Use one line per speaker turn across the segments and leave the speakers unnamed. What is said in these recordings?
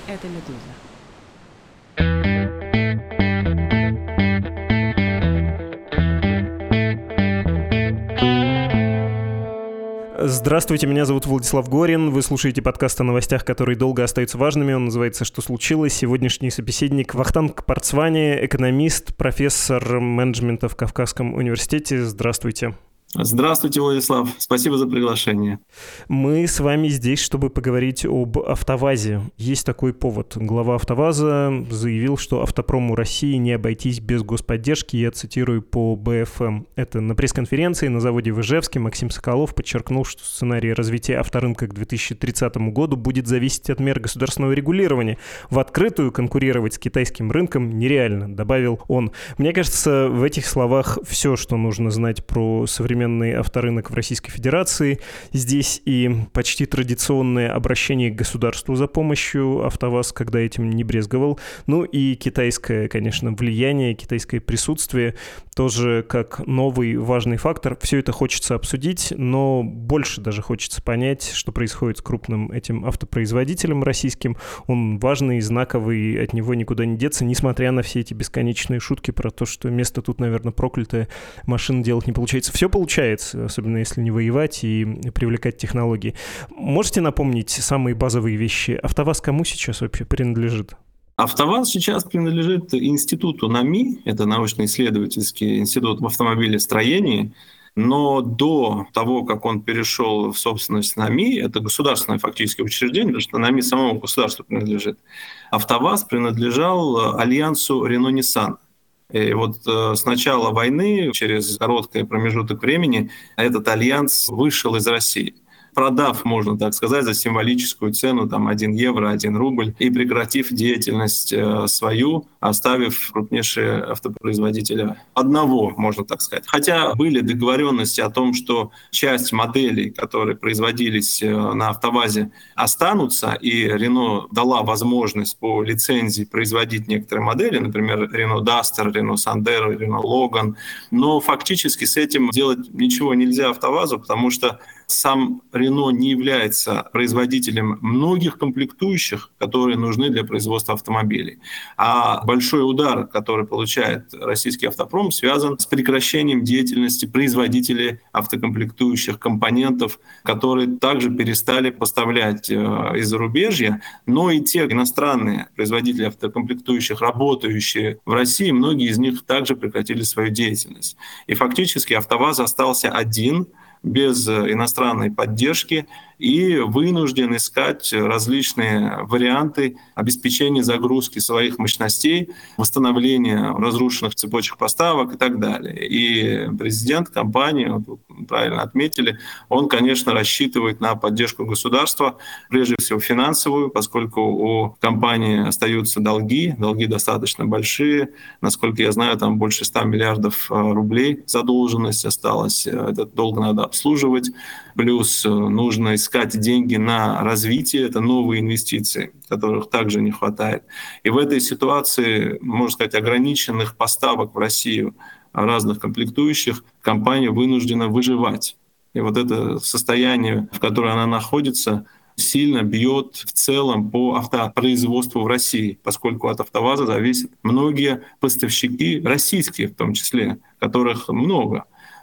Это «Медуза».
Здравствуйте, меня зовут Владислав Горин. Вы слушаете подкаст о новостях, которые долго остаются важными. Он называется «Что случилось?». Сегодняшний собеседник Вахтанг Парцвани, экономист, профессор менеджмента в Кавказском университете. Здравствуйте.
Здравствуйте, Владислав. Спасибо за приглашение.
Мы с вами здесь, чтобы поговорить об «АвтоВАЗе». Есть такой повод. Глава «АвтоВАЗа» заявил, что автопрому России не обойтись без господдержки. Я цитирую по БФМ. Это на пресс-конференции на заводе в Ижевске Максим Соколов подчеркнул, что сценарий развития авторынка к 2030 году будет зависеть от мер государственного регулирования. В открытую конкурировать с китайским рынком нереально, добавил он. Мне кажется, в этих словах все, что нужно знать про современный авторынок в Российской Федерации. Здесь и почти традиционное обращение к государству за помощью. АвтоВАЗ, когда этим не брезговал. Ну и китайское, конечно, влияние, китайское присутствие тоже как новый важный фактор. Все это хочется обсудить, но больше даже хочется понять, что происходит с крупным этим автопроизводителем российским. Он важный, знаковый, от него никуда не деться, несмотря на все эти бесконечные шутки про то, что место тут, наверное, проклятое, машин делать не получается. Все получается, особенно если не воевать и привлекать технологии. Можете напомнить самые базовые вещи? АвтоВАЗ кому сейчас вообще принадлежит?
АвтоВАЗ сейчас принадлежит институту НАМИ, это научно-исследовательский институт в автомобилестроении, но до того, как он перешел в собственность НАМИ, это государственное фактически учреждение, потому что НАМИ самому государству принадлежит, АвтоВАЗ принадлежал альянсу Рено-Ниссан. И вот с начала войны, через короткий промежуток времени, этот альянс вышел из России, продав, можно так сказать, за символическую цену, там 1 евро, 1 рубль, и прекратив деятельность свою, оставив крупнейшие автопроизводителя одного, можно так сказать. Хотя были договоренности о том, что часть моделей, которые производились на АвтоВАЗе, останутся, и Рено дала возможность по лицензии производить некоторые модели, например, Рено Дастер, Рено Сандеро, Рено Логан, но фактически с этим делать ничего нельзя АвтоВАЗу, потому что сам Рено не является производителем многих комплектующих, которые нужны для производства автомобилей. А большой удар, который получает российский автопром, связан с прекращением деятельности производителей автокомплектующих компонентов, которые также перестали поставлять из зарубежья, но и те иностранные производители автокомплектующих, работающие в России, многие из них также прекратили свою деятельность. И фактически АвтоВАЗ остался один, без иностранной поддержки, и вынужден искать различные варианты обеспечения загрузки своих мощностей, восстановления разрушенных цепочек поставок и так далее. И президент компании, вы правильно отметили, он, конечно, рассчитывает на поддержку государства, прежде всего финансовую, поскольку у компании остаются долги достаточно большие. Насколько я знаю, там больше 100 миллиардов рублей задолженность осталась. Этот долг надо обслуживать. Плюс нужно искать деньги на развитие, это новые инвестиции, которых также не хватает. И в этой ситуации, можно сказать, ограниченных поставок в Россию разных комплектующих, компания вынуждена выживать. И вот это состояние, в котором она находится, сильно бьет в целом по автопроизводству в России, поскольку от АвтоВАЗа зависят многие поставщики, российские в том числе, которых много.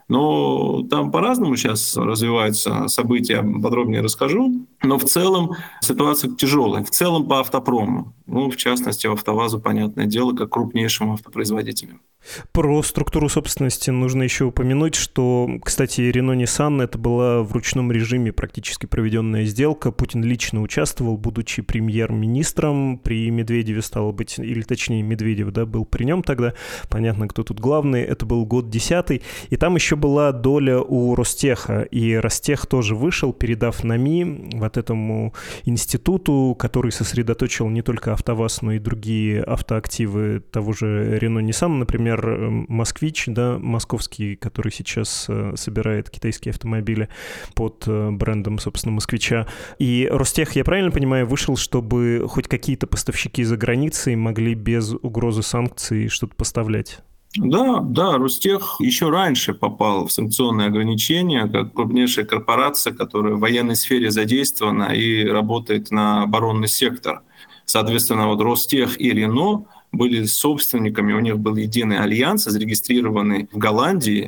Но там по-разному сейчас развиваются события, подробнее расскажу. Но в целом ситуация тяжелая. В целом по автопрому. Ну, в частности, АвтоВАЗу, понятное дело, как крупнейшему автопроизводителю.
Про структуру собственности нужно еще упомянуть, что, кстати, Рено-Ниссан — это была в ручном режиме практически проведенная сделка. Путин лично участвовал, будучи премьер-министром при Медведеве, стало быть, или точнее Медведев, да, был при нем тогда. Понятно, кто тут главный. Это был год 10-й. И там еще была доля у Ростеха. И Ростех тоже вышел, передав НАМИ, вот этому институту, который сосредоточил не только АвтоВАЗ, но и другие автоактивы того же Рено-Ниссан, например, Москвич, да, московский, который сейчас собирает китайские автомобили под брендом, собственно, Москвича. И Ростех, я правильно понимаю, вышел, чтобы хоть какие-то поставщики за границей могли без угрозы санкций что-то поставлять?
Да, да, Ростех еще раньше попал в санкционные ограничения, как крупнейшая корпорация, которая в военной сфере задействована и работает на оборонный сектор. Соответственно, вот Ростех и Рено были собственниками, у них был единый альянс, зарегистрированный в Голландии,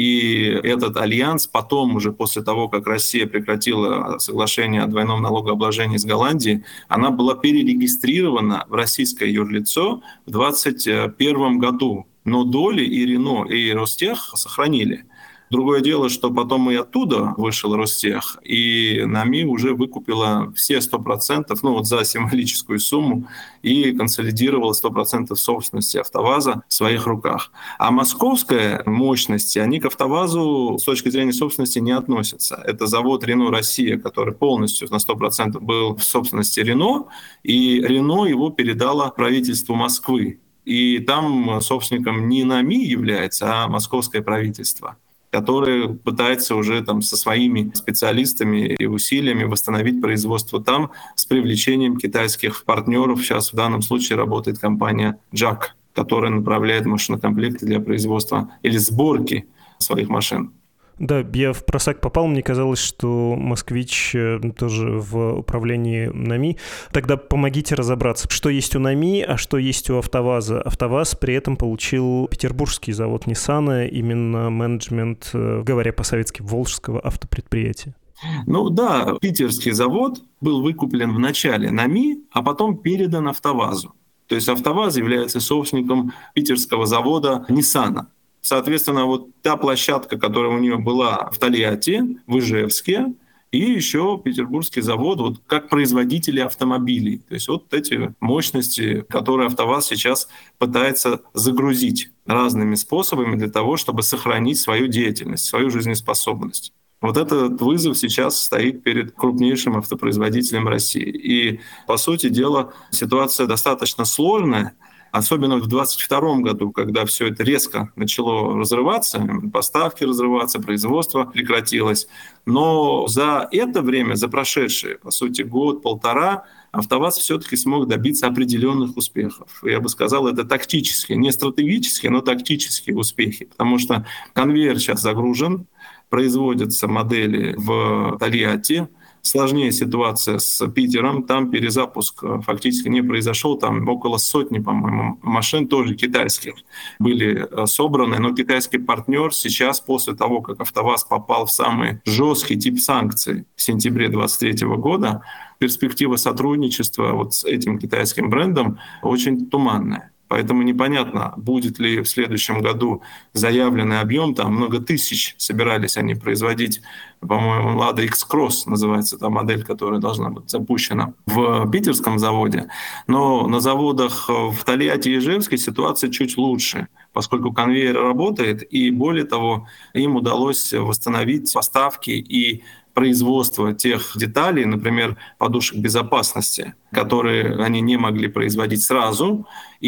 и этот альянс потом, уже после того, как Россия прекратила соглашение о двойном налогообложении с Голландией, она была перерегистрирована в российское юрлицо в 2021 году. Но доли и Рено, и Ростех сохранили. Другое дело, что потом и оттуда вышел Ростех, и НАМИ уже выкупила все 100%, ну вот за символическую сумму, и консолидировала 100% собственности АвтоВАЗа в своих руках. А московская мощности, они к АвтоВАЗу с точки зрения собственности не относятся. Это завод Рено Россия, который полностью на 100% был в собственности Рено, и Рено его передало правительству Москвы. И там собственником не НАМИ является, а московское правительство, которое пытается уже там со своими специалистами и усилиями восстановить производство там с привлечением китайских партнеров. Сейчас в данном случае работает компания JAC, которая направляет машинокомплекты для производства или сборки своих машин.
Да, я в просак попал, мне казалось, что «Москвич» тоже в управлении НАМИ. Тогда помогите разобраться, что есть у НАМИ, а что есть у АвтоВАЗа. АвтоВАЗ при этом получил петербургский завод Ниссана, именно менеджмент, говоря по-советски, волжского автопредприятия.
Ну да, питерский завод был выкуплен в начале НАМИ, а потом передан АвтоВАЗу. То есть АвтоВАЗ является собственником питерского завода Ниссана. Соответственно, вот та площадка, которая у нее была в Тольятти, в Ижевске, и еще петербургский завод вот, как производители автомобилей. То есть вот эти мощности, которые АвтоВАЗ сейчас пытается загрузить разными способами для того, чтобы сохранить свою деятельность, свою жизнеспособность. Вот этот вызов сейчас стоит перед крупнейшим автопроизводителем России. И, по сути дела, ситуация достаточно сложная, особенно в 2022 году, когда все это резко начало разрываться, поставки разрываться, производство прекратилось. Но за это время, за прошедшие, по сути, год-полтора, АвтоВАЗ все-таки смог добиться определенных успехов. Я бы сказал, это тактические, не стратегические, но тактические успехи, потому что конвейер сейчас загружен, производятся модели в Тольятти. Сложнее ситуация с Питером, там перезапуск фактически не произошел, там около сотни, по-моему, машин тоже китайских были собраны, но китайский партнер сейчас, после того, как АвтоВАЗ попал в самый жесткий тип санкций в сентябре 2023 года, перспектива сотрудничества вот с этим китайским брендом очень туманная. Поэтому непонятно, будет ли в следующем году заявленный объем, там много тысяч собирались они производить, по-моему, Lada X-Cross называется та модель, которая должна быть запущена в питерском заводе. Но на заводах в Тольятти и Ижевске ситуация чуть лучше, поскольку конвейер работает, и более того, им удалось восстановить поставки и производство тех деталей, например, подушек безопасности, которые они не могли производить сразу.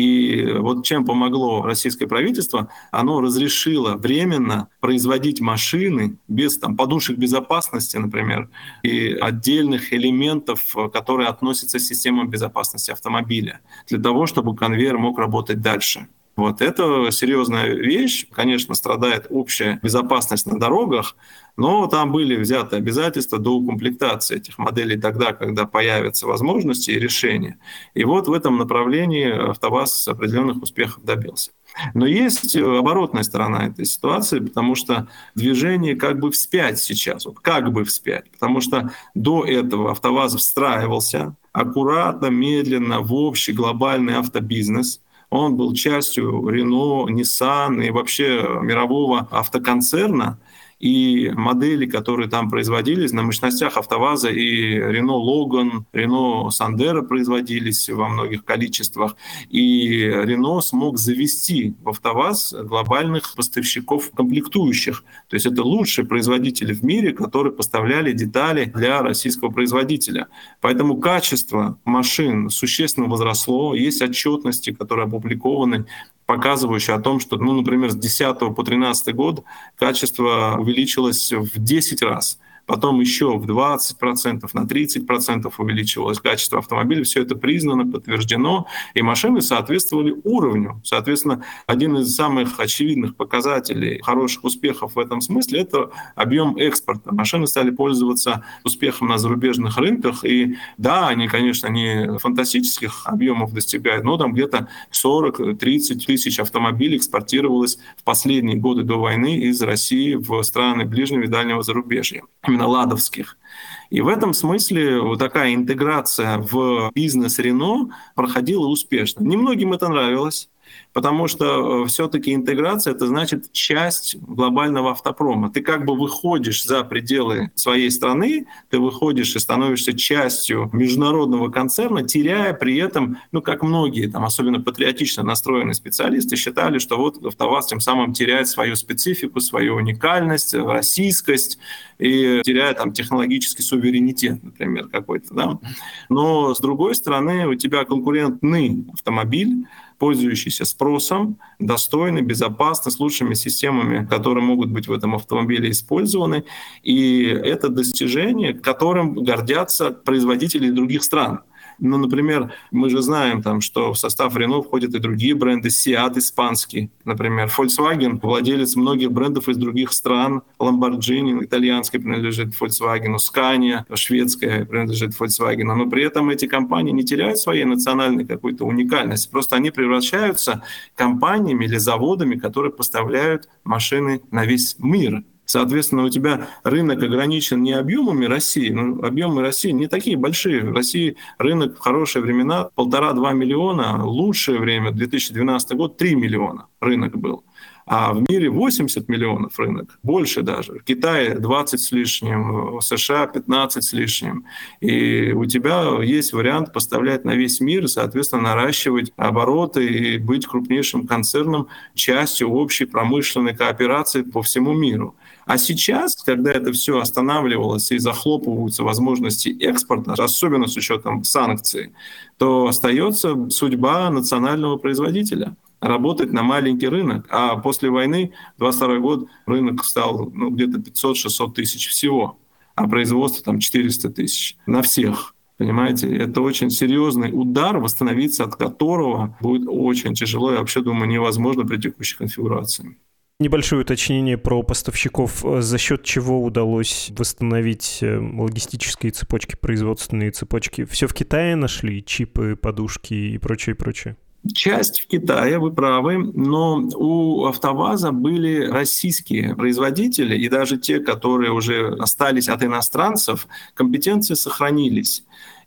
И вот чем помогло российское правительство, оно разрешило временно производить машины без там, подушек безопасности, например, и отдельных элементов, которые относятся к системам безопасности автомобиля, для того, чтобы конвейер мог работать дальше. Вот это серьезная вещь. Конечно, страдает общая безопасность на дорогах, но там были взяты обязательства до укомплектации этих моделей тогда, когда появятся возможности и решения. И вот в этом направлении АвтоВАЗ определенных успехов добился. Но есть оборотная сторона этой ситуации, потому что движение как бы вспять сейчас, вот как бы вспять, потому что до этого АвтоВАЗ встраивался аккуратно, медленно в общий глобальный автобизнес. Он был частью Renault, Nissan и вообще мирового автоконцерна. И модели, которые там производились на мощностях АвтоВАЗа, и Renault Logan, Renault Sandero производились во многих количествах. И Renault смог завести в АвтоВАЗ глобальных поставщиков комплектующих. То есть это лучшие производители в мире, которые поставляли детали для российского производителя. Поэтому качество машин существенно возросло. Есть отчетности, которые опубликованы, показывающие о том, что, ну, например, с 2010 по 2013 год качество увеличилось в 10 раз. потом еще в 20%, на 30% увеличивалось качество автомобиля. Все это признано, подтверждено, и машины соответствовали уровню. Соответственно, один из самых очевидных показателей хороших успехов в этом смысле — это объем экспорта. Машины стали пользоваться успехом на зарубежных рынках, и да, они, конечно, не фантастических объемов достигают, но там где-то 40-30 тысяч автомобилей экспортировалось в последние годы до войны из России в страны ближнего и дальнего зарубежья, именно ладовских. И в этом смысле вот такая интеграция в бизнес Рено проходила успешно. Немногим это нравилось, потому что все-таки интеграция — это значит часть глобального автопрома. Ты как бы выходишь за пределы своей страны, ты выходишь и становишься частью международного концерна, теряя при этом, как многие, особенно патриотично настроенные специалисты, считали, что вот АвтоВАЗ тем самым теряет свою специфику, свою уникальность, российскость и теряет технологический суверенитет, например, какой-то. Да? Но с другой стороны, у тебя конкурентный автомобиль, пользующийся спросом, достойный, безопасный, с лучшими системами, которые могут быть в этом автомобиле использованы. И это достижение, которым гордятся производители других стран. Например, мы же знаем, что в состав Renault входят и другие бренды. Seat испанский, например. Volkswagen — владелец многих брендов из других стран. Lamborghini итальянский принадлежит Volkswagen, Scania шведская принадлежит Volkswagen. Но при этом эти компании не теряют своей национальной какой-то уникальности. Просто они превращаются компаниями или заводами, которые поставляют машины на весь мир. Соответственно, у тебя рынок ограничен не объемами России, но объемы России не такие большие. В России рынок в хорошие времена 1,5-2 миллиона, лучшее время, 2012 год, 3 миллиона рынок был. А в мире 80 миллионов рынок, больше даже. В Китае 20 с лишним, в США 15 с лишним. И у тебя есть вариант поставлять на весь мир и, соответственно, наращивать обороты и быть крупнейшим концерном, частью общей промышленной кооперации по всему миру. А сейчас, когда это все останавливалось и захлопываются возможности экспорта, особенно с учетом санкций, то остается судьба национального производителя — работать на маленький рынок. А после войны, 22 год, рынок стал где-то 500-600 тысяч всего, а производство 400 тысяч на всех. Понимаете, это очень серьезный удар, восстановиться от которого будет очень тяжело и вообще, думаю, невозможно при текущей конфигурации.
Небольшое уточнение про поставщиков. За счет чего удалось восстановить логистические цепочки, производственные цепочки? Все в Китае нашли? Чипы, подушки и прочее, прочее?
Часть в Китае, вы правы, но у АвтоВАЗа были российские производители, и даже те, которые уже остались от иностранцев, компетенции сохранились.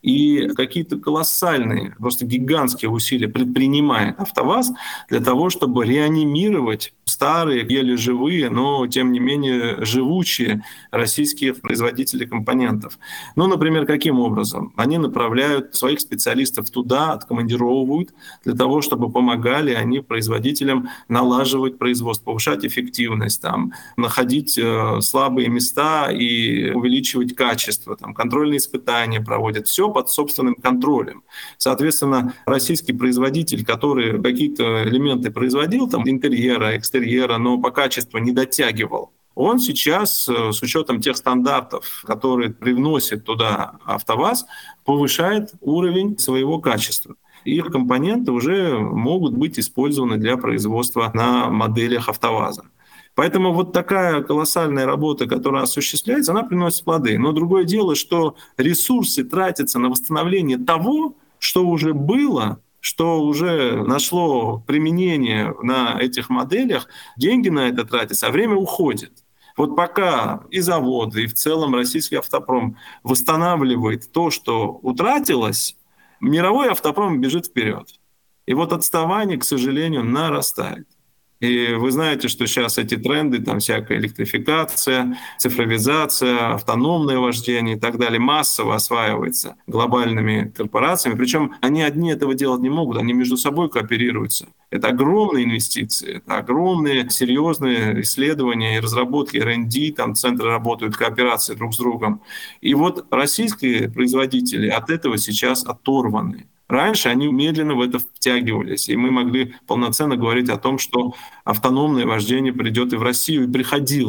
И какие-то колоссальные, просто гигантские усилия предпринимает АвтоВАЗ для того, чтобы реанимировать старые, еле живые, но тем не менее живучие российские производители компонентов. Например, каким образом? Они направляют своих специалистов туда, откомандировывают для того, чтобы помогали они производителям налаживать производство, повышать эффективность, находить слабые места и увеличивать качество, контрольные испытания проводят. Все под собственным контролем. Соответственно, российский производитель, который какие-то элементы производил, интерьера, экстерьера, но по качеству не дотягивал, он сейчас, с учетом тех стандартов, которые привносит туда АвтоВАЗ, повышает уровень своего качества. Их компоненты уже могут быть использованы для производства на моделях АвтоВАЗа. Поэтому вот такая колоссальная работа, которая осуществляется, она приносит плоды. Но другое дело, что ресурсы тратятся на восстановление того, что уже было, что уже нашло применение на этих моделях, деньги на это тратятся, а время уходит. Вот пока и заводы, и в целом российский автопром восстанавливает то, что утратилось, мировой автопром бежит вперед. И вот отставание, к сожалению, нарастает. И вы знаете, что сейчас эти тренды, всякая электрификация, цифровизация, автономное вождение и так далее массово осваивается глобальными корпорациями. Причем они одни этого делать не могут, они между собой кооперируются. Это огромные инвестиции, это огромные серьезные исследования и разработки R&D, центры работают в кооперации друг с другом. И вот российские производители от этого сейчас оторваны. Раньше они медленно в это втягивались, и мы могли полноценно говорить о том, что автономное вождение придет и в Россию, и приходило.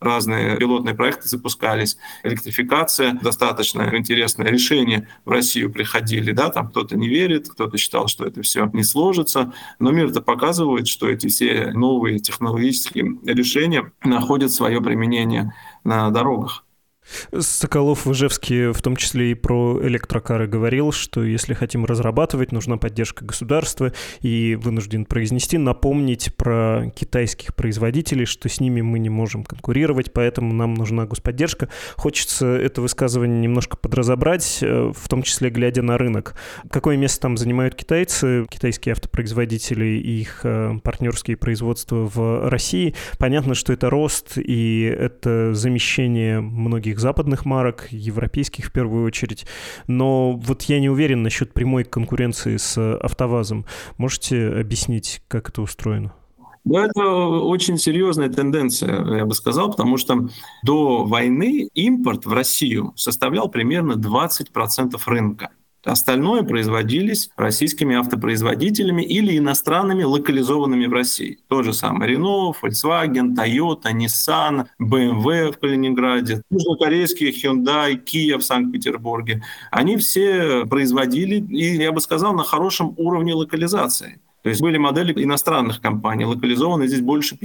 разные пилотные проекты запускались, электрификация, достаточно интересное решение в Россию приходили, да, там кто-то не верит, кто-то считал, что это все не сложится, но мир-то показывает, что эти все новые технологические решения находят свое применение на дорогах.
Соколов в Ижевске в том числе и про электрокары говорил, что если хотим разрабатывать, нужна поддержка государства, и вынужден произнести, напомнить про китайских производителей, что с ними мы не можем конкурировать, поэтому нам нужна господдержка. Хочется это высказывание немножко подразобрать, в том числе глядя на рынок. Какое место там занимают китайцы, китайские автопроизводители и их партнерские производства в России? Понятно, что это рост и это замещение многих западных марок, европейских в первую очередь. Но вот я не уверен насчет прямой конкуренции с АвтоВАЗом. Можете объяснить, как это устроено?
Да, это очень серьезная тенденция, я бы сказал, потому что до войны импорт в Россию составлял примерно 20% рынка. Остальное производились российскими автопроизводителями или иностранными, локализованными в России. То же самое Renault, Volkswagen, Toyota, Nissan, BMW в Калининграде, южнокорейские Hyundai, Kia в Санкт-Петербурге. Они все производили, и, я бы сказал, на хорошем уровне локализации. То есть были модели иностранных компаний, локализованы здесь больше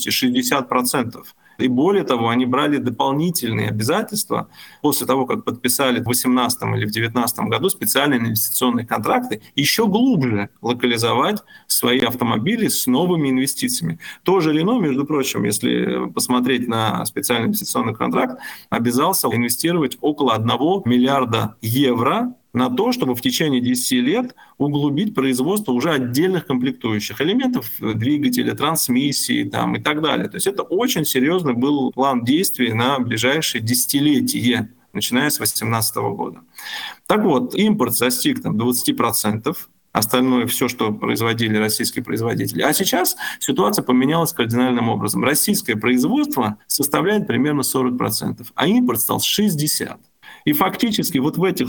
50-60%. И более того, они брали дополнительные обязательства после того, как подписали в 2018 или в 2019 году специальные инвестиционные контракты, еще глубже локализовать свои автомобили с новыми инвестициями. Тоже Renault, между прочим, если посмотреть на специальный инвестиционный контракт, обязался инвестировать около 1 миллиарда евро на то, чтобы в течение 10 лет углубить производство уже отдельных комплектующих элементов двигателя, трансмиссии там, и так далее. То есть это очень серьезный был план действий на ближайшие десятилетия, начиная с 2018 года. Так вот, импорт достиг там 20%, остальное все, что производили российские производители. А сейчас ситуация поменялась кардинальным образом. Российское производство составляет примерно 40%, а импорт стал 60%. И фактически вот в этих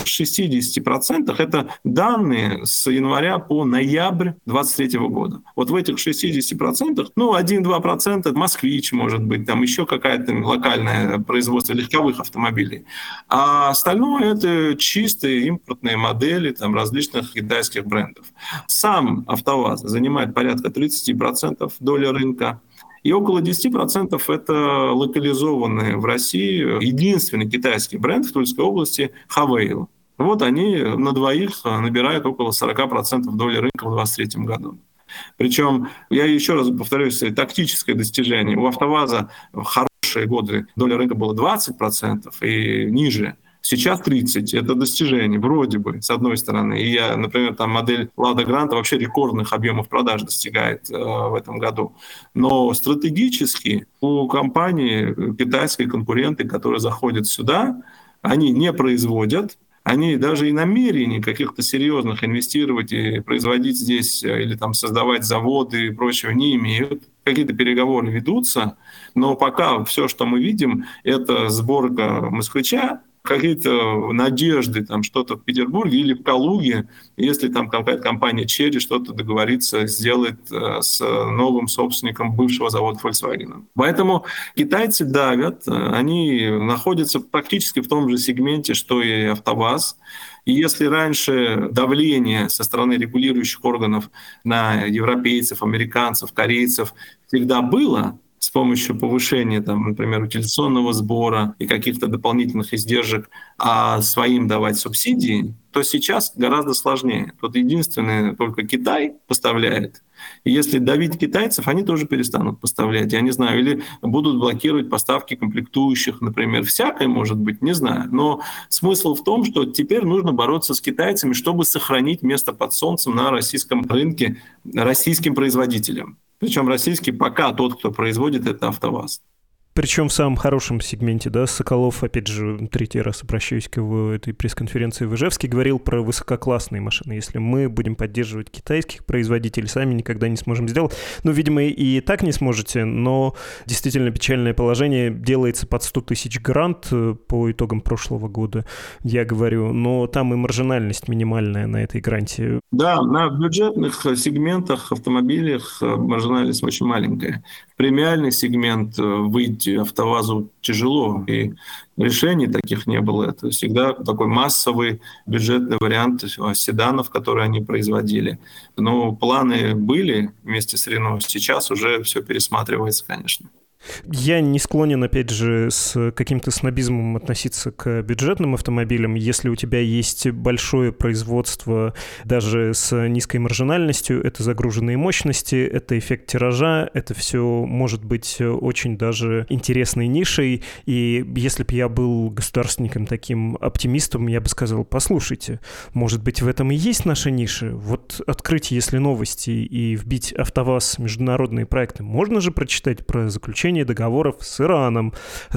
60% это данные с января по ноябрь 2023 года. Вот в этих 60%, 1-2% «Москвич», может быть, там еще какая-то локальное производство легковых автомобилей. А остальное это чистые импортные модели там, различных китайских брендов. Сам АвтоВАЗ занимает порядка 30% доли рынка. И около 10% это локализованный в России единственный китайский бренд в Тульской области Хавейл. Вот они на двоих набирают около 40% доли рынка в 2023 году. Причем, я еще раз повторюсь, тактическое достижение. У АвтоВАЗа в хорошие годы доля рынка была 20% и ниже. Сейчас 30, это достижение, вроде бы, с одной стороны. И я, например, там модель Lada Granta вообще рекордных объемов продаж достигает в этом году. Но стратегически у компании китайские конкуренты, которые заходят сюда, они не производят, они даже и намерений каких-то серьезных инвестировать и производить здесь или там создавать заводы и прочего не имеют. Какие-то переговоры ведутся, но пока все, что мы видим, это сборка москвича, какие-то надежды, там что-то в Петербурге или в Калуге, если там какая-то компания Chery что-то договорится сделать с новым собственником бывшего завода Volkswagen. Поэтому китайцы давят, они находятся практически в том же сегменте, что и АвтоВАЗ. И если раньше давление со стороны регулирующих органов на европейцев, американцев, корейцев всегда было, с помощью повышения, там, например, утилизационного сбора и каких-то дополнительных издержек, а своим давать субсидии, то сейчас гораздо сложнее. Тут единственное, только Китай поставляет. И если давить китайцев, они тоже перестанут поставлять. Я не знаю, или будут блокировать поставки комплектующих, например. Всякое может быть, не знаю. Но смысл в том, что теперь нужно бороться с китайцами, чтобы сохранить место под солнцем на российском рынке российским производителям. Причем российский пока тот, кто производит, это АвтоВАЗ.
Причем в самом хорошем сегменте, да, Соколов, опять же, третий раз обращаюсь к его этой пресс-конференции в Ижевске, говорил про высококлассные машины. Если мы будем поддерживать китайских производителей, сами никогда не сможем сделать. Ну, видимо, и так не сможете, но действительно печальное положение. Делается под 100 тысяч грант по итогам прошлого года, я говорю, но там и маржинальность минимальная на этой гранте.
Да, на бюджетных сегментах, автомобилях маржинальность очень маленькая. премиальный сегмент выйти АвтоВАЗу тяжело, и решений таких не было. Это всегда такой массовый бюджетный вариант седанов, которые они производили. Но планы были вместе с Рено, сейчас уже все пересматривается, конечно.
Я не склонен, опять же, с каким-то снобизмом относиться к бюджетным автомобилям. Если у тебя есть большое производство, даже с низкой маржинальностью, это загруженные мощности, это эффект тиража, это все может быть очень даже интересной нишей. И если бы я был государственником, таким оптимистом, я бы сказал, послушайте, может быть, в этом и есть наша ниша. Вот открыть, если новости, и вбить АвтоВАЗ международные проекты, можно же прочитать про заключение договоров с Ираном,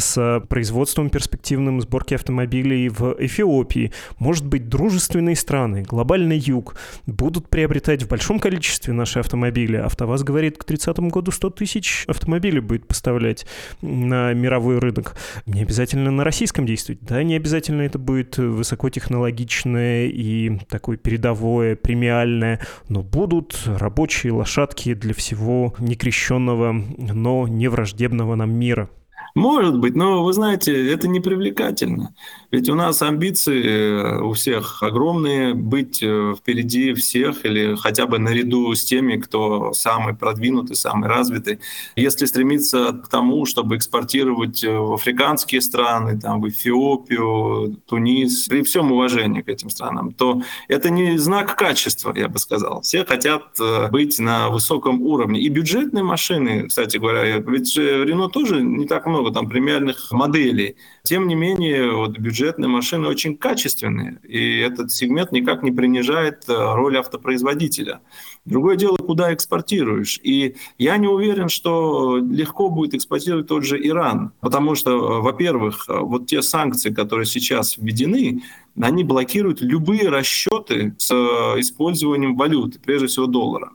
с производством перспективным сборки автомобилей в Эфиопии. Может быть, дружественные страны, глобальный юг будут приобретать в большом количестве наши автомобили. АвтоВАЗ говорит, к 30 году 100 тысяч автомобилей будет поставлять на мировой рынок. Не обязательно на российском действовать. Да, не обязательно это будет высокотехнологичное и такое передовое, премиальное, но будут рабочие лошадки для всего некрещенного, но не враждебного нам мира.
Может быть, но вы знаете, это не привлекательно. Ведь у нас амбиции у всех огромные быть впереди всех или хотя бы наряду с теми, кто самый продвинутый, самый развитый. Если стремиться к тому, чтобы экспортировать в африканские страны, там, в Эфиопию, Тунис, при всем уважении к этим странам, то это не знак качества, я бы сказал. Все хотят быть на высоком уровне. И бюджетные машины, кстати говоря, ведь же Рено тоже не так много там премиальных моделей. Тем не менее, вот бюджетные машины очень качественные, и этот сегмент никак не принижает роль автопроизводителя. Другое дело, куда экспортируешь. И я не уверен, что легко будет экспортировать тот же Иран, потому что, во-первых, вот те санкции, которые сейчас введены, они блокируют любые расчеты с использованием валюты, прежде всего доллара.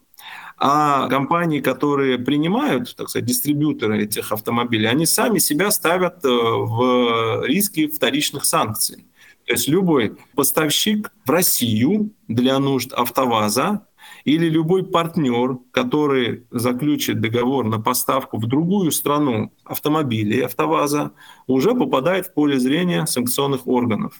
А компании, которые принимают, так сказать, дистрибьюторы этих автомобилей, они сами себя ставят в риски вторичных санкций. То есть любой поставщик в Россию для нужд АвтоВАЗа или любой партнер, который заключит договор на поставку в другую страну автомобилей АвтоВАЗа, уже попадает в поле зрения санкционных органов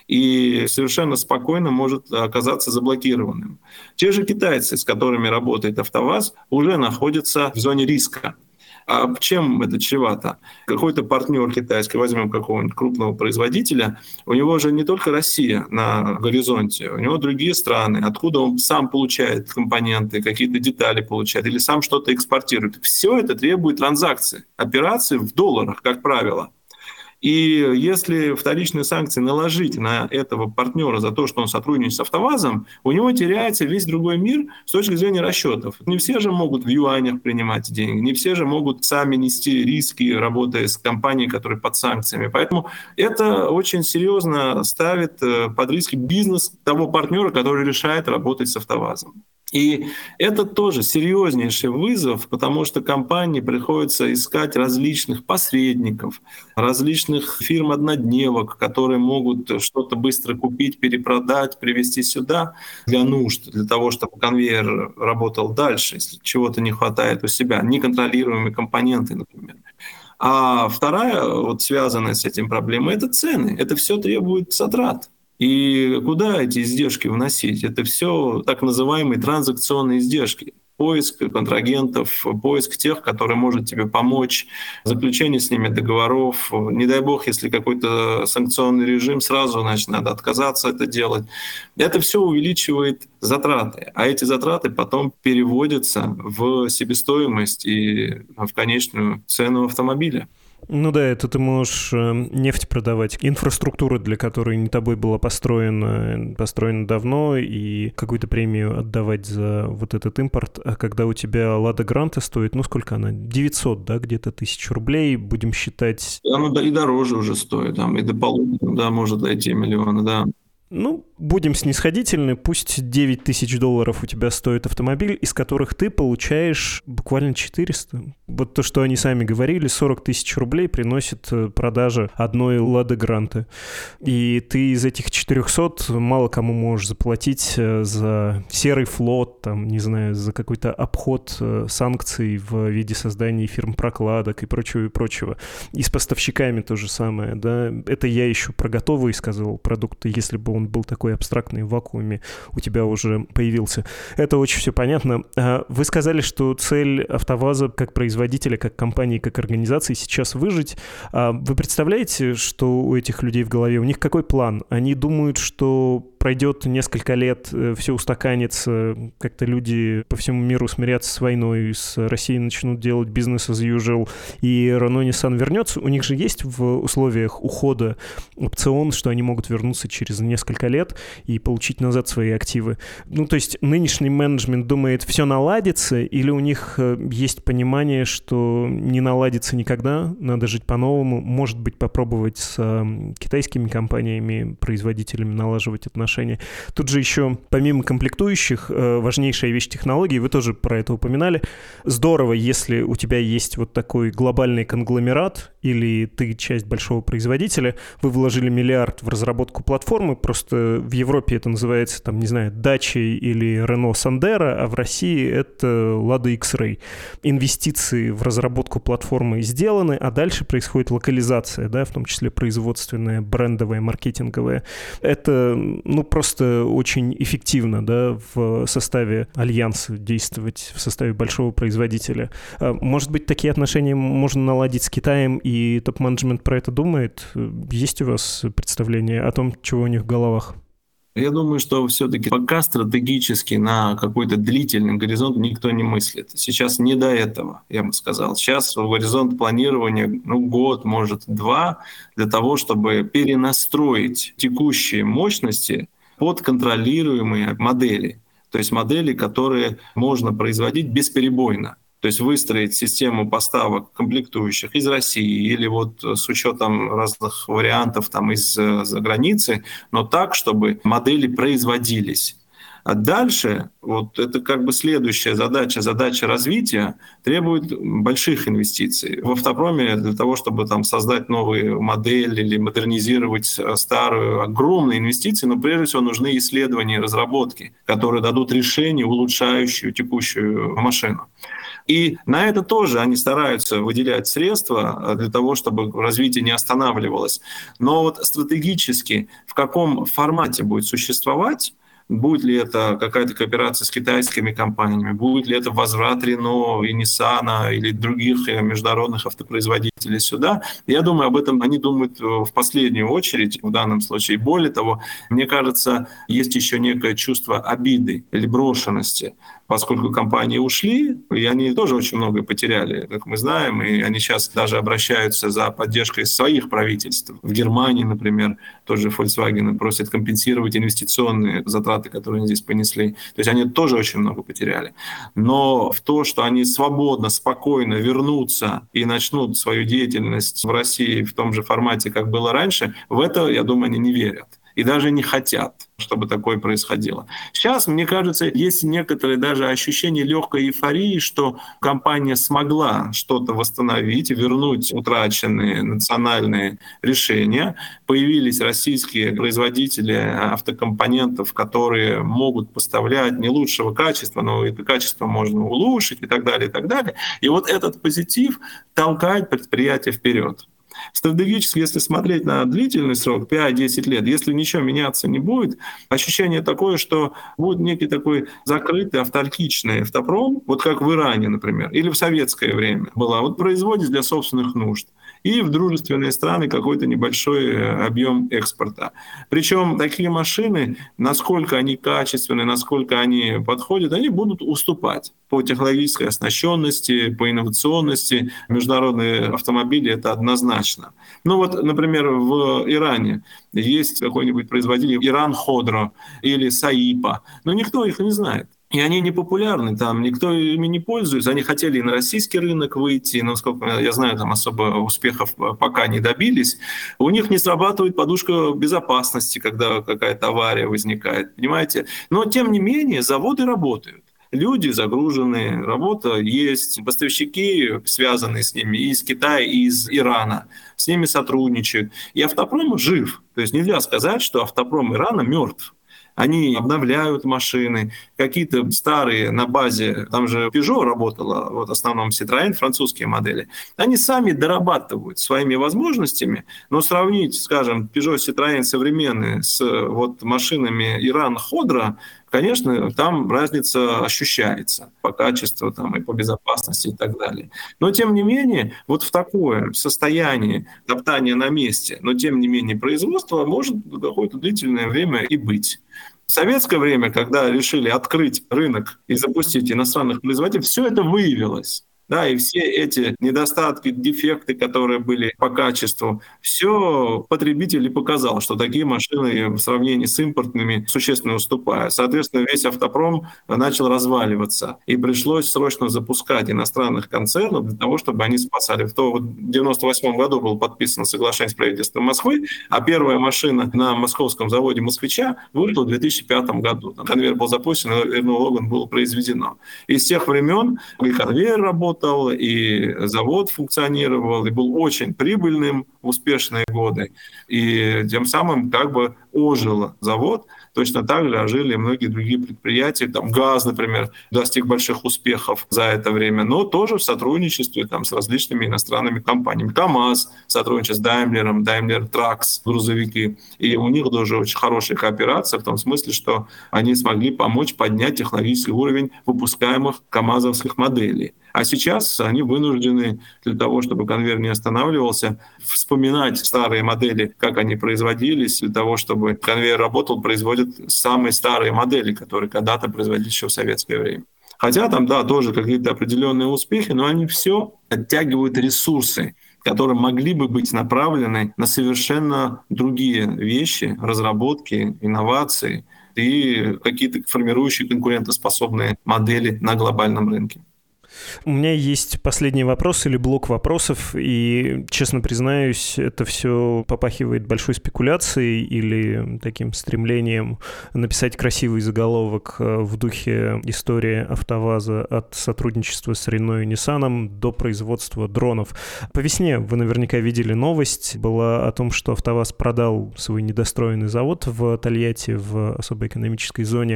и совершенно спокойно может оказаться заблокированным. Те же китайцы, с которыми работает АвтоВАЗ, уже находятся в зоне риска. А чем это чревато? Какой-то партнер китайский, возьмем какого-нибудь крупного производителя, у него же не только Россия на горизонте, у него другие страны, откуда он сам получает компоненты, какие-то детали получает или сам что-то экспортирует. Все это требует транзакций, операций в долларах, как правило. И если вторичные санкции наложить на этого партнера за то, что он сотрудничает с АвтоВАЗом, у него теряется весь другой мир с точки зрения расчетов. Не все же могут в юанях принимать деньги, не все же могут сами нести риски, работая с компанией, которая под санкциями. Поэтому это очень серьезно ставит под риск бизнес того партнера, который решает работать с АвтоВАЗом. И это тоже серьезнейший вызов, потому что компании приходится искать различных посредников, различных фирм-однодневок, которые могут что-то быстро купить, перепродать, привезти сюда для нужд, для того, чтобы конвейер работал дальше, если чего-то не хватает у себя, неконтролируемые компоненты, например. А вторая, вот связанная с этим проблема, это цены. Это все требует затрат. И куда эти издержки вносить? Это все так называемые транзакционные издержки. Поиск контрагентов, поиск тех, которые могут тебе помочь, заключение с ними договоров. Не дай бог, если какой-то санкционный режим, сразу, значит, надо отказаться это делать. Это все увеличивает затраты. А эти затраты потом переводятся в себестоимость и в конечную цену автомобиля.
Ну да, это ты можешь нефть продавать, инфраструктура, для которой не тобой была построена давно, и какую-то премию отдавать за вот этот импорт. А когда у тебя Лада Гранта стоит, ну сколько она, 900, да, где-то тысяч рублей, будем считать.
Оно и дороже уже стоит, там, и до полутора, да, может дойти миллиона, да.
Ну, будем снисходительны, пусть 9 тысяч долларов у тебя стоит автомобиль, из которых ты получаешь буквально 400. Вот то, что они сами говорили, 40 тысяч рублей приносит продажа одной Лады Гранты. И ты из этих 400 мало кому можешь заплатить за серый флот, там, не знаю, за какой-то обход санкций в виде создания фирм прокладок и прочего, и прочего. И с поставщиками то же самое, да. Это я еще про готовые сказал продукты, если бы он был такой абстрактный в вакууме, у тебя уже появился. Это очень все понятно. Вы сказали, что цель АвтоВАЗа как производителя, как компании, как организации сейчас выжить. Вы представляете, что у этих людей в голове? У них какой план? Они думают, что пройдет несколько лет, все устаканится, как-то люди по всему миру смирятся с войной, с Россией начнут делать бизнес as usual, и Renault Nissan вернется. У них же есть в условиях ухода опцион, что они могут вернуться через несколько лет и получить назад свои активы. Ну, то есть нынешний менеджмент думает, все наладится, или у них есть понимание, что не наладится никогда, надо жить по-новому, может быть, попробовать с китайскими компаниями, производителями налаживать отношения. Тут же еще, помимо комплектующих, важнейшая вещь технологий, вы тоже про это упоминали. Здорово, если у тебя есть вот такой глобальный конгломерат, или ты часть большого производителя, вы вложили миллиард в разработку платформы, просто в Европе это называется, там, не знаю, Dacia или Renault Sandero, а в России это Lada X-Ray. Инвестиции в разработку платформы сделаны, а дальше происходит локализация, да, в том числе производственная, брендовая, маркетинговая. Это, просто очень эффективно, да, в составе альянса действовать, в составе большого производителя. Может быть, такие отношения можно наладить с Китаем, и топ-менеджмент про это думает? Есть у вас представление о том, чего у них в головах?
Я думаю, что все-таки пока стратегически на какой-то длительный горизонт никто не мыслит. Сейчас не до этого, я бы сказал. Сейчас горизонт планирования год, может, 2, для того, чтобы перенастроить текущие мощности под контролируемые модели. То есть модели, которые можно производить бесперебойно. То есть выстроить систему поставок комплектующих из России или вот с учетом разных вариантов там из-за границы, но так, чтобы модели производились. А дальше, вот это как бы следующая задача развития требует больших инвестиций. В автопроме для того, чтобы там создать новую модель или модернизировать старую, огромные инвестиции, но прежде всего нужны исследования и разработки, которые дадут решение, улучшающее текущую машину. И на это тоже они стараются выделять средства для того, чтобы развитие не останавливалось. Но вот стратегически в каком формате будет существовать, будет ли это какая-то кооперация с китайскими компаниями, будет ли это возврат Renault и Nissan или других международных автопроизводителей сюда, я думаю, об этом они думают в последнюю очередь в данном случае. Более того, мне кажется, есть еще некое чувство обиды или брошенности, поскольку компании ушли, и они тоже очень многое потеряли, как мы знаем, и они сейчас даже обращаются за поддержкой своих правительств. В Германии, например, тоже Volkswagen просит компенсировать инвестиционные затраты, которые они здесь понесли. То есть они тоже очень много потеряли. Но в то, что они свободно, спокойно вернутся и начнут свою деятельность в России в том же формате, как было раньше, в это, я думаю, они не верят. И даже не хотят, чтобы такое происходило. Сейчас, мне кажется, есть некоторые даже ощущение легкой эйфории, что компания смогла что-то восстановить, вернуть утраченные национальные решения. Появились российские производители автокомпонентов, которые могут поставлять не лучшего качества, но это качество можно улучшить и так далее, и так далее. И вот этот позитив толкает предприятие вперед. Стратегически, если смотреть на длительный срок, 5-10 лет, если ничего меняться не будет, ощущение такое, что будет некий такой закрытый автаркичный автопром, вот как в Иране, например, или в советское время была, вот производить для собственных нужд. И в дружественные страны какой-то небольшой объем экспорта. Причем такие машины, насколько они качественные, насколько они подходят, они будут уступать по технологической оснащенности, по инновационности. Международные автомобили — это однозначно. Ну вот, например, в Иране есть какой-нибудь производитель Иран Ходро или Саипа, но никто их не знает. И они не популярны, там никто ими не пользуется. Они хотели и на российский рынок выйти, но, насколько я знаю, там особо успехов пока не добились. У них не срабатывает подушка безопасности, когда какая-то авария возникает, понимаете? Но, тем не менее, заводы работают. Люди загружены, работа есть, поставщики, связанные с ними и из Китая, и из Ирана, с ними сотрудничают. И автопром жив. То есть нельзя сказать, что автопром Ирана мертв. Они обновляют машины, какие-то старые на базе, там же Peugeot работала, вот в основном Citroën, французские модели. Они сами дорабатывают своими возможностями, но сравнить, скажем, Peugeot, Citroën современные с вот машинами Иран Ходра, конечно, там разница ощущается по качеству там, и по безопасности и так далее. Но, тем не менее, вот в такое состояние топтания на месте, но, тем не менее, производство может какое-то длительное время и быть. В советское время, когда решили открыть рынок и запустить иностранных производителей, все это выявилось. Да, и все эти недостатки, дефекты, которые были по качеству, все потребитель и показал, что такие машины в сравнении с импортными существенно уступают. Соответственно, весь автопром начал разваливаться. И пришлось срочно запускать иностранных концернов для того, чтобы они спасали. В 1998 году было подписано соглашение с правительством Москвы, а первая машина на московском заводе «Москвича» вышла в 2005 году. Конвейер был запущен, и Renault Logan было произведено. И с тех времен и конвейер работал, и завод функционировал, и был очень прибыльным в успешные годы. И тем самым как бы ожил завод. Точно так же ожили и многие другие предприятия. Там ГАЗ, например, достиг больших успехов за это время, но тоже в сотрудничестве там, с различными иностранными компаниями. КАМАЗ сотрудничает с Даймлером, Daimler Trucks, грузовики. И у них тоже очень хорошая кооперация в том смысле, что они смогли помочь поднять технологический уровень выпускаемых КАМАЗовских моделей. А сейчас они вынуждены для того, чтобы конвейер не останавливался, вспоминать старые модели, как они производились, для того, чтобы конвейер работал, производят самые старые модели, которые когда-то производились еще в советское время. Хотя там, да, тоже какие-то определенные успехи, но они все оттягивают ресурсы, которые могли бы быть направлены на совершенно другие вещи, разработки, инновации и какие-то формирующие конкурентоспособные модели на глобальном рынке.
У меня есть последний вопрос или блок вопросов, и, честно признаюсь, это все попахивает большой спекуляцией или таким стремлением написать красивый заголовок в духе истории АвтоВАЗа от сотрудничества с Renault и Nissan до производства дронов. По весне вы наверняка видели новость, была о том, что АвтоВАЗ продал свой недостроенный завод в Тольятти, в особой экономической зоне,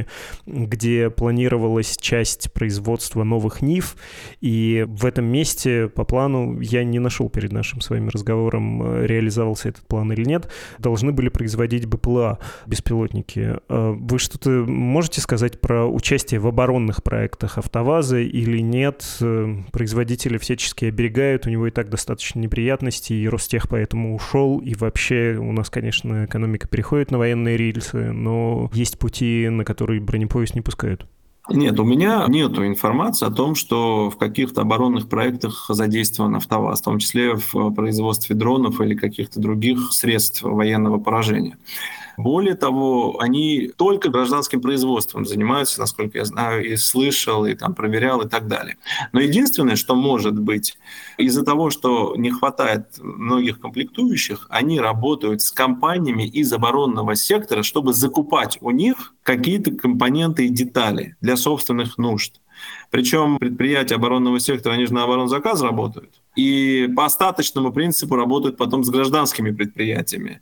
где планировалась часть производства новых НИФ. И в этом месте по плану, я не нашел перед нашим с вами разговором, реализовался этот план или нет, должны были производить БПЛА, беспилотники. Вы что-то можете сказать про участие в оборонных проектах АвтоВАЗа или нет? Производители всячески оберегают, у него и так достаточно неприятностей, и Ростех поэтому ушел, и вообще у нас, конечно, экономика переходит на военные рельсы, но есть пути, на которые бронепоезд не пускают.
Нет, у меня нет информации о том, что в каких-то оборонных проектах задействован АвтоВАЗ, в том числе в производстве дронов или каких-то других средств военного поражения. Более того, они только гражданским производством занимаются, насколько я знаю, и слышал, и там проверял, и так далее. Но единственное, что может быть, из-за того, что не хватает многих комплектующих, они работают с компаниями из оборонного сектора, чтобы закупать у них какие-то компоненты и детали для собственных нужд. Причем предприятия оборонного сектора, они же на оборонзаказ работают. И по остаточному принципу работают потом с гражданскими предприятиями.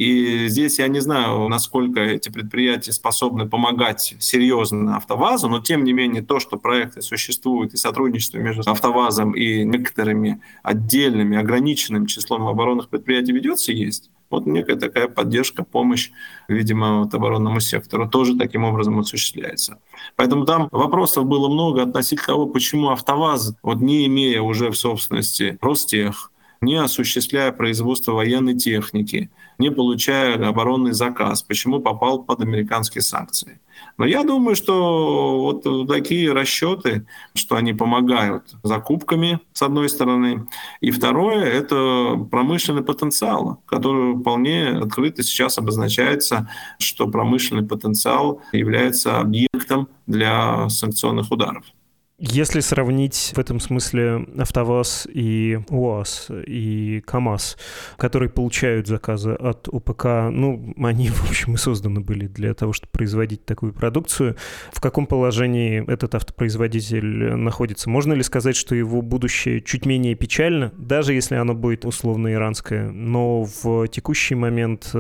И здесь я не знаю, насколько эти предприятия способны помогать серьезно АвтоВАЗу, но тем не менее то, что проекты существуют и сотрудничество между АвтоВАЗом и некоторыми отдельными, ограниченным числом оборонных предприятий ведется, есть. Вот некая такая поддержка, помощь, видимо, вот оборонному сектору тоже таким образом осуществляется. Поэтому там вопросов было много относительно того, почему АвтоВАЗ, вот не имея уже в собственности Ростех, не осуществляя производство военной техники, не получая оборонный заказ, почему попал под американские санкции. Но я думаю, что вот такие расчеты, что они помогают закупками, с одной стороны, и второе — это промышленный потенциал, который вполне открыто сейчас обозначается, что промышленный потенциал является объектом для санкционных ударов.
Если сравнить в этом смысле АвтоВАЗ и УАЗ и КАМАЗ, которые получают заказы от ОПК, они, в общем, и созданы были для того, чтобы производить такую продукцию. В каком положении этот автопроизводитель находится? Можно ли сказать, что его будущее чуть менее печально, даже если оно будет условно иранское, но в текущий момент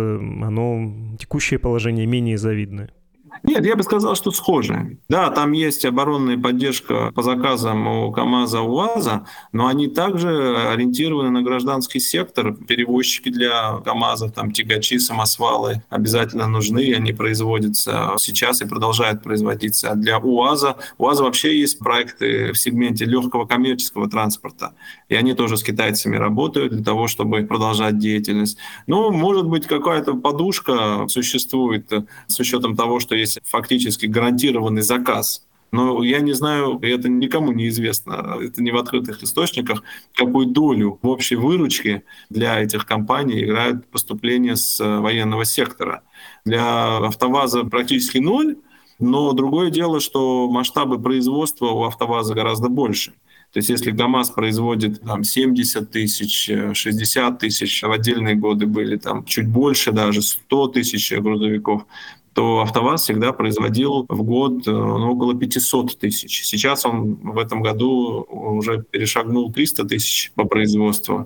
текущее положение менее завидное?
Нет, я бы сказал, что схоже. Да, там есть оборонная поддержка по заказам у КАМАЗа, УАЗа, но они также ориентированы на гражданский сектор. Перевозчики для КАМАЗов, там тягачи, самосвалы обязательно нужны, они производятся сейчас и продолжают производиться. А для УАЗа вообще есть проекты в сегменте легкого коммерческого транспорта, и они тоже с китайцами работают для того, чтобы продолжать деятельность. Может быть, какая-то подушка существует с учетом того, что есть фактически гарантированный заказ. Но я не знаю, и это никому не известно, это не в открытых источниках, какую долю в общей выручке для этих компаний играют поступления с военного сектора. Для АвтоВАЗа практически ноль, но другое дело, что масштабы производства у АвтоВАЗа гораздо больше. То есть если КАМАЗ производит 70 тысяч, 60 тысяч, в отдельные годы были чуть больше, даже 100 тысяч грузовиков, то АвтоВАЗ всегда производил в год около 500 тысяч. Сейчас он в этом году уже перешагнул 300 тысяч по производству.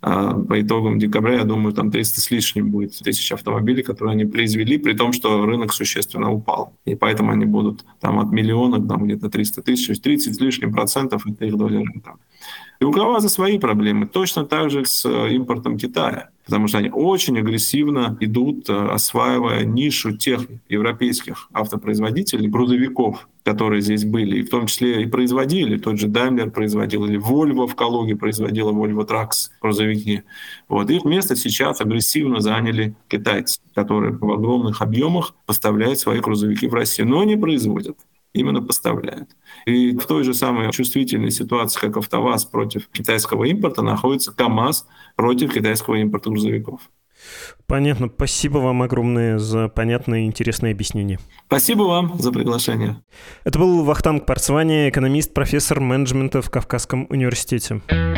По итогам декабря, я думаю, 300 с лишним будет тысяч автомобилей, которые они произвели, при том, что рынок существенно упал. И поэтому они будут от миллиона, где-то 300 тысяч, 30 с лишним процентов — это их доля рынка. И у КАМАЗа свои проблемы, точно так же с импортом Китая, потому что они очень агрессивно идут, осваивая нишу тех европейских автопроизводителей, грузовиков, которые здесь были, и в том числе и производили. Тот же Daimler производил, или Volvo в Калуге производила Volvo Trucks грузовики. Их место сейчас агрессивно заняли китайцы, которые в огромных объемах поставляют свои грузовики в Россию, но не производят. Именно поставляют. И в той же самой чувствительной ситуации, как АвтоВАЗ против китайского импорта, находится КАМАЗ против китайского импорта грузовиков.
Понятно. Спасибо вам огромное за понятное и интересное объяснение.
Спасибо вам за приглашение.
Это был Вахтанг Парцвани, экономист, профессор менеджмента в Кавказском университете.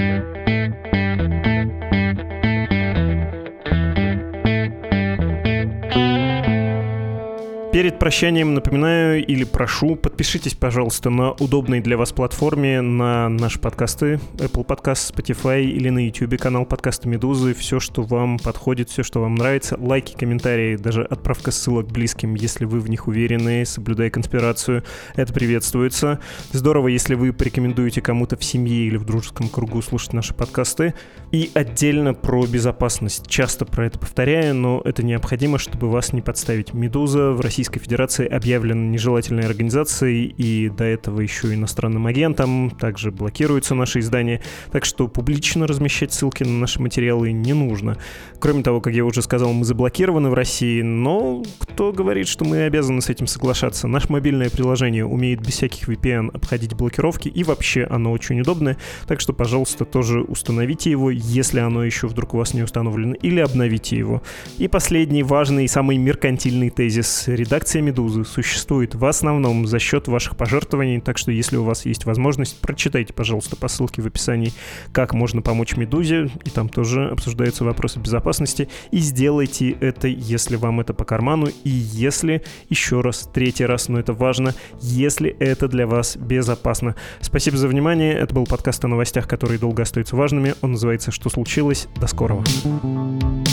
Перед прощанием напоминаю или прошу, подпишитесь, пожалуйста, на удобной для вас платформе, на наши подкасты, Apple Podcast, Spotify или на YouTube канал подкаста «Медузы». Все, что вам подходит, все, что вам нравится. Лайки, комментарии, даже отправка ссылок близким, если вы в них уверены, соблюдая конспирацию. Это приветствуется. Здорово, если вы порекомендуете кому-то в семье или в дружеском кругу слушать наши подкасты. И отдельно про безопасность. Часто про это повторяю, но это необходимо, чтобы вас не подставить. «Медуза» в Российской Федерации объявлена нежелательной организацией и до этого еще иностранным агентом, также блокируются наши издания, так что публично размещать ссылки на наши материалы не нужно. Кроме того, как я уже сказал, мы заблокированы в России, но кто говорит, что мы обязаны с этим соглашаться? Наше мобильное приложение умеет без всяких VPN обходить блокировки, и вообще оно очень удобное, так что, пожалуйста, тоже установите его, если оно еще вдруг у вас не установлено, или обновите его. И последний важный и самый меркантильный тезис. Редакция «Медузы» существует в основном за счет ваших пожертвований, так что если у вас есть возможность, прочитайте, пожалуйста, по ссылке в описании, как можно помочь «Медузе», и там тоже обсуждаются вопросы безопасности, и сделайте это, если вам это по карману, и если, еще раз, третий раз, но это важно, если это для вас безопасно. Спасибо за внимание, это был подкаст о новостях, которые долго остаются важными, он называется «Что случилось?». До скорого.